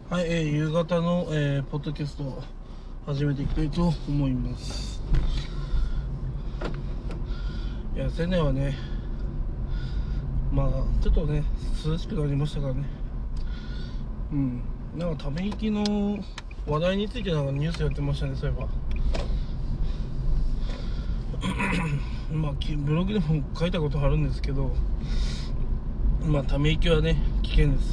はい、夕方の、ポッドキャストを始めていきたいと思います。いや、仙台はね、ちょっとね、涼しくなりましたからね。なんかため息の話題についてなんかニュースやってましたね、そういえば。ブログでも書いたことあるんですけど、ため息はね、危険です。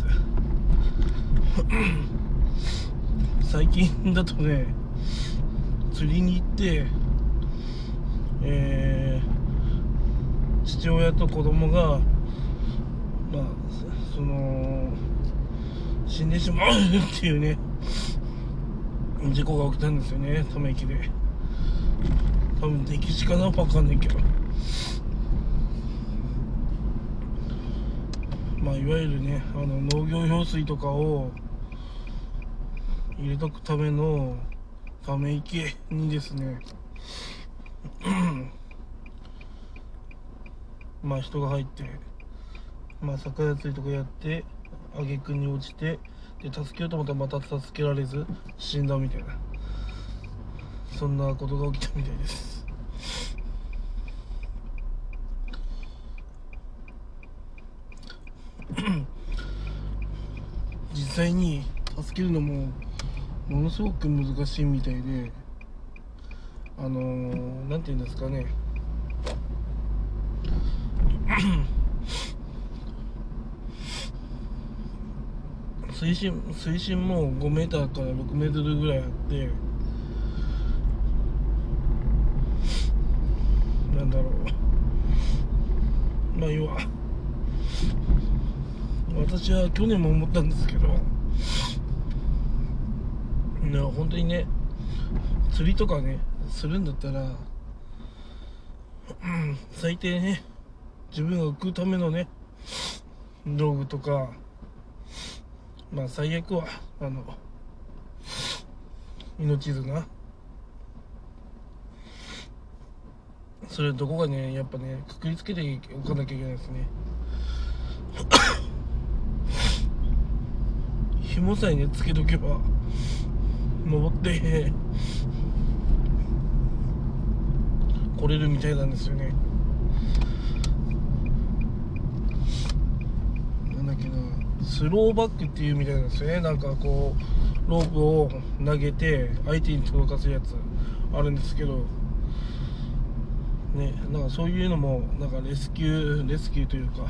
最近だとね、釣りに行って、父親と子供がその死んでしまうっていうね事故が起きたんですよね、ため息で。多分溺死かな、分かんないけど、いわゆるね、農業用水とかを入れとくためのため池にですね人が入って、魚釣りとかやって挙句に落ちて、で助けようと思ったらまた助けられず死んだみたいな、そんなことが起きたみたいです。実際に助けるのもものすごく難しいみたいで、なんていうんですかね、水深も5メーターから6メートルぐらいあって、なんだろう、要は私は去年も思ったんですけど、本当にね、釣りとかねするんだったら、最低ね、自分が浮くためのね道具とか、最悪は命綱、それどこかね、やっぱねくくりつけておかなきゃいけないですね。紐さえねつけとけば登って来れるみたいなんですよね。なんだっけな、スローバックっていうみたいなんですよね。なんかこうロープを投げて相手に届かすやつあるんですけどね、なんかそういうのもなんかレスキューというか、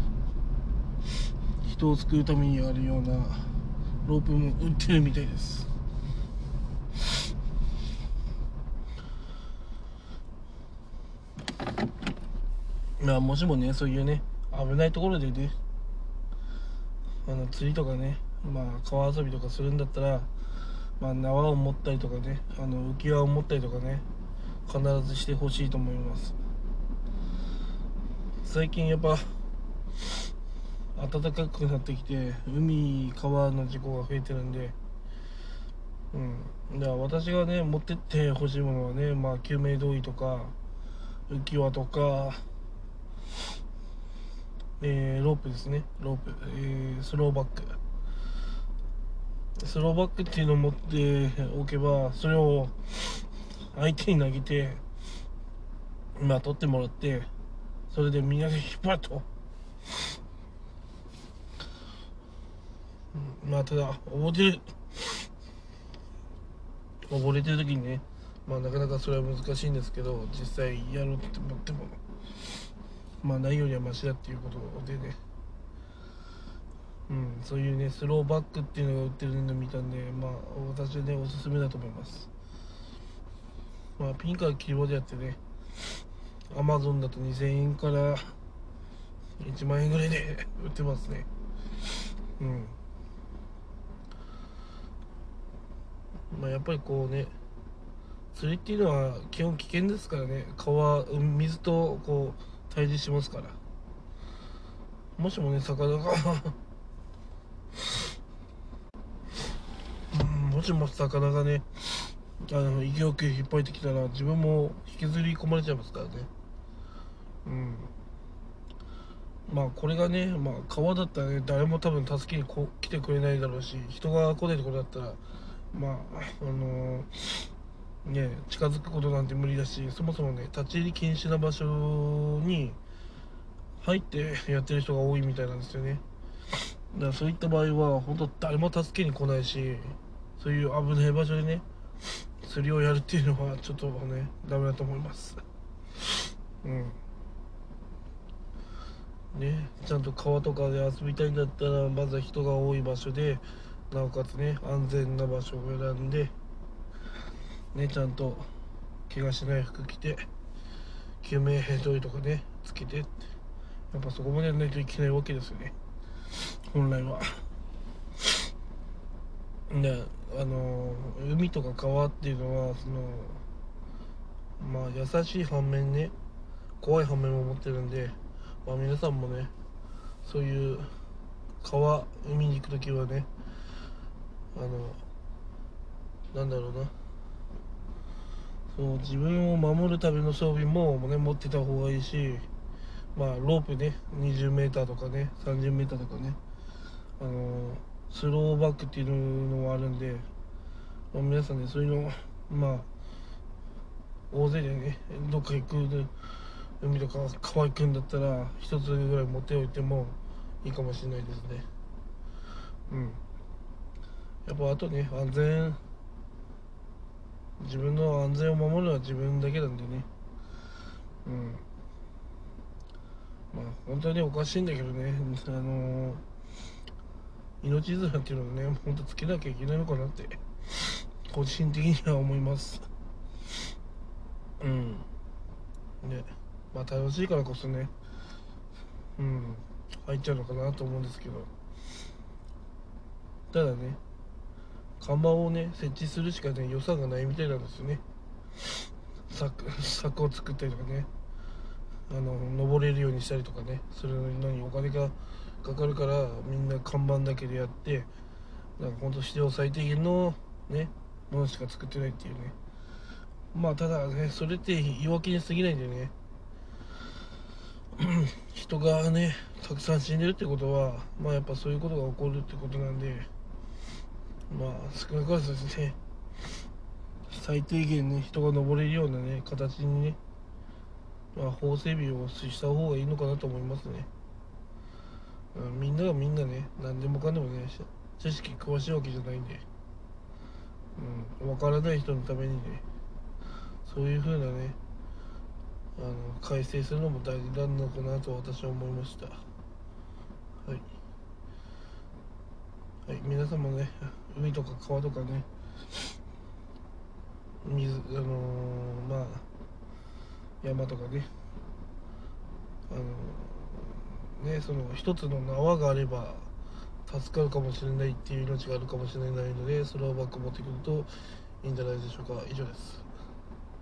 人を救うためにあるようなロープも売ってるみたいです。もしもね、そういうね危ないところでね、釣りとかね、川遊びとかするんだったら、縄を持ったりとかね、浮き輪を持ったりとかね、必ずしてほしいと思います。最近やっぱ暖かくなってきて、川の事故が増えてるんで、だから私がね持ってってほしいものはね、救命胴衣とか浮き輪とか、ロープですね、ロープ、スローバックっていうのを持っておけば、それを相手に投げて取ってもらって、それでみんなで引っ張ると、ただ溺れてる時にね、なかなかそれは難しいんですけど、実際やろうって思ってもないよりはマシだっていうことでね、そういうねスローバックっていうのが売ってるのを見たんで、私はねおすすめだと思います。ピンからキーボードやってね、アマゾンだと2000円から1万円ぐらいで売ってますね。やっぱりこうね、釣りっていうのは基本危険ですからね。水とこう対峙しますから、もしもね魚がもしも魚がね勢いよく引っ張ってきたら、自分も引きずり込まれちゃいますからね。 まあこれがね、まあ川だったらね、誰も多分助けに来てくれないだろうし、人が来ないところだったら、まあね、近づくことなんて無理だし、そもそもね、立ち入り禁止な場所に入ってやってる人が多いみたいなんですよね。だからそういった場合は本当誰も助けに来ないし、そういう危ない場所でね、釣りをやるっていうのはちょっとね、ダメだと思います。うんね、ちゃんと川とかで遊びたいんだったら、まずは人が多い場所で、なおかつね、安全な場所を選んで、ね、ちゃんと怪我しない服着て、救命胴衣とかね、つけてって、やっぱそこまでやらないといけないわけですよね、本来は。で、海とか川っていうのは、まあ、優しい反面ね、怖い反面も持ってるんで、まあ、皆さんもね、そういう海に行くときはね、あの、なんだろうな、そう自分を守るための装備も、ね、持ってた方がいいし、まあロープね、20メーターとかね、30メーターとかね、あのスローバックっていうのもあるんで、まあ、皆さんね、そういうの、まあ大勢でね、どっか行く海とか川行くんだったら一つぐらい持っておいてもいいかもしれないですね。うん。やっぱあとね、自分の安全を守るのは自分だけなんでね。うん。まあ本当におかしいんだけどね、命綱っていうのをね、本当つけなきゃいけないのかなって個人的には思います。うん。ね、まあ楽しいからこそね、うん、入っちゃうのかなと思うんですけど、ただね、看板をね、設置するしかね、予算がないみたいなんですよね。柵を作ったりとかね、登れるようにしたりとかね、それのにお金がかかるから、みんな看板だけでやって、なんか本当必要最低限のね、ものしか作ってないっていうね。まあただね、それって言い訳に過ぎないんでね、人がね、たくさん死んでるってことは、まあやっぱそういうことが起こるってことなんで、まあ少なからずですね、最低限ね、人が登れるようなね、形にね、まあ、法整備をした方がいいのかなと思いますね。みんながみんなね、何でもかんでもね、知識詳しいわけじゃないんで、分からない人のためにね、そういう風なね、改正するのも大事なのかなと私は思いました。はい。はい、皆さんもね、海とか川とかね、まあ、山とかね、その一つの縄があれば助かるかもしれないっていう命があるかもしれないので、それをバック持ってくるといいんじゃないでしょうか。以上です。